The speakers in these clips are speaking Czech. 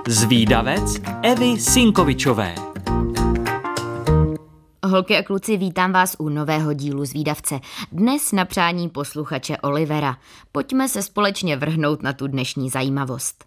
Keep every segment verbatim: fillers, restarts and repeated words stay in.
Zvídavec Evy Sinkovičové. Holky a kluci, vítám vás u nového dílu Zvídavce. Dnes na přání posluchače Olivera. Pojďme se společně vrhnout na tu dnešní zajímavost.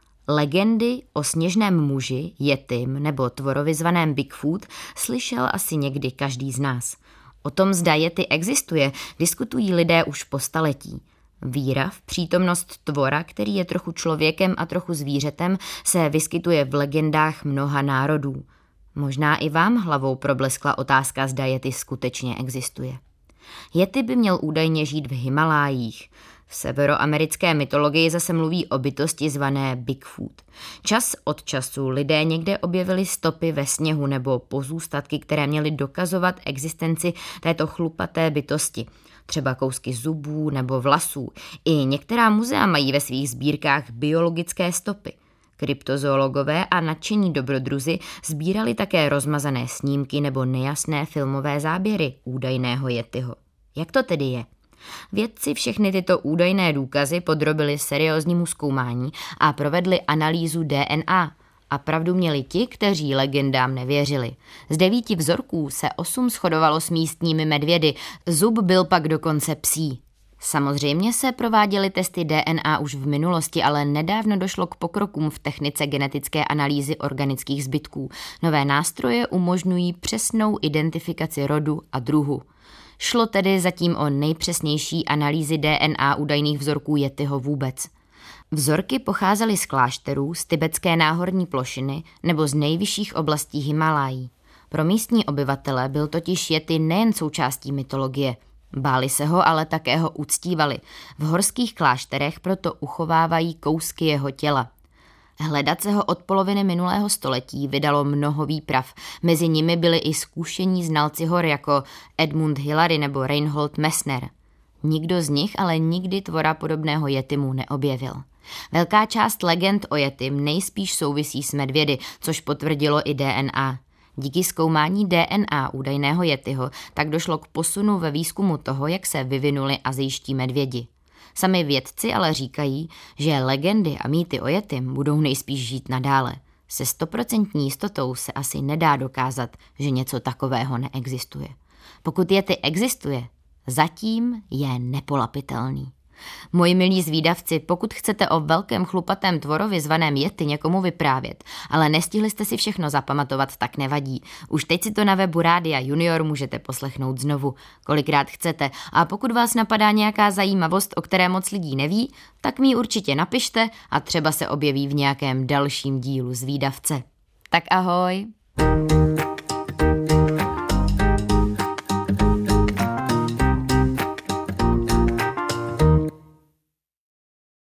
Legendy o sněžném muži, yetim nebo tvorovi zvaném Bigfoot slyšel asi někdy každý z nás. O tom, zda yeti existuje, diskutují lidé už po staletí. Víra v přítomnost tvora, který je trochu člověkem a trochu zvířetem, se vyskytuje v legendách mnoha národů. Možná i vám hlavou probleskla otázka, zda yeti skutečně existuje. Yeti by měl údajně žít v Himalájích. V severoamerické mytologii zase mluví o bytosti zvané Bigfoot. Čas od času lidé někde objevili stopy ve sněhu nebo pozůstatky, které měly dokazovat existenci této chlupaté bytosti. Třeba kousky zubů nebo vlasů. I některá muzea mají ve svých sbírkách biologické stopy. Kryptozoologové a nadšení dobrodruzi sbírali také rozmazané snímky nebo nejasné filmové záběry údajného yetiho. Jak to tedy je? Vědci všechny tyto údajné důkazy podrobili serióznímu zkoumání a provedli analýzu D N A. A pravdu měli ti, kteří legendám nevěřili. Z devíti vzorků se osm shodovalo s místními medvědy, zub byl pak dokonce psí. Samozřejmě se prováděly testy D N A už v minulosti, ale nedávno došlo k pokrokům v technice genetické analýzy organických zbytků. Nové nástroje umožňují přesnou identifikaci rodu a druhu. Šlo tedy zatím o nejpřesnější analýzy D N A údajných vzorků yetiho vůbec. Vzorky pocházely z klášterů, z tibetské náhorní plošiny nebo z nejvyšších oblastí Himalájí. Pro místní obyvatele byl totiž yeti nejen součástí mytologie. Báli se ho, ale také ho uctívali. V horských klášterech proto uchovávají kousky jeho těla. Hledat se ho od poloviny minulého století vydalo mnoho výprav. Mezi nimi byli i zkušení znalci hor jako Edmund Hillary nebo Reinhold Messner. Nikdo z nich ale nikdy tvora podobného yetimu neobjevil. Velká část legend o yetim nejspíš souvisí s medvědy, což potvrdilo i D N A. Díky zkoumání D N A údajného yetiho tak došlo k posunu ve výzkumu toho, jak se vyvinuli asijští medvědi. Sami vědci ale říkají, že legendy a mýty o yetim budou nejspíš žít nadále. Se stoprocentní jistotou se asi nedá dokázat, že něco takového neexistuje. Pokud yeti existuje, zatím je nepolapitelný. Moji milí zvídavci, pokud chcete o velkém chlupatém tvorovi zvaném yeti někomu vyprávět, ale nestihli jste si všechno zapamatovat, tak nevadí. Už teď si to na webu Rádia Junior můžete poslechnout znovu, kolikrát chcete. A pokud vás napadá nějaká zajímavost, o které moc lidí neví, tak mi ji určitě napište a třeba se objeví v nějakém dalším dílu Zvídavce. Tak ahoj!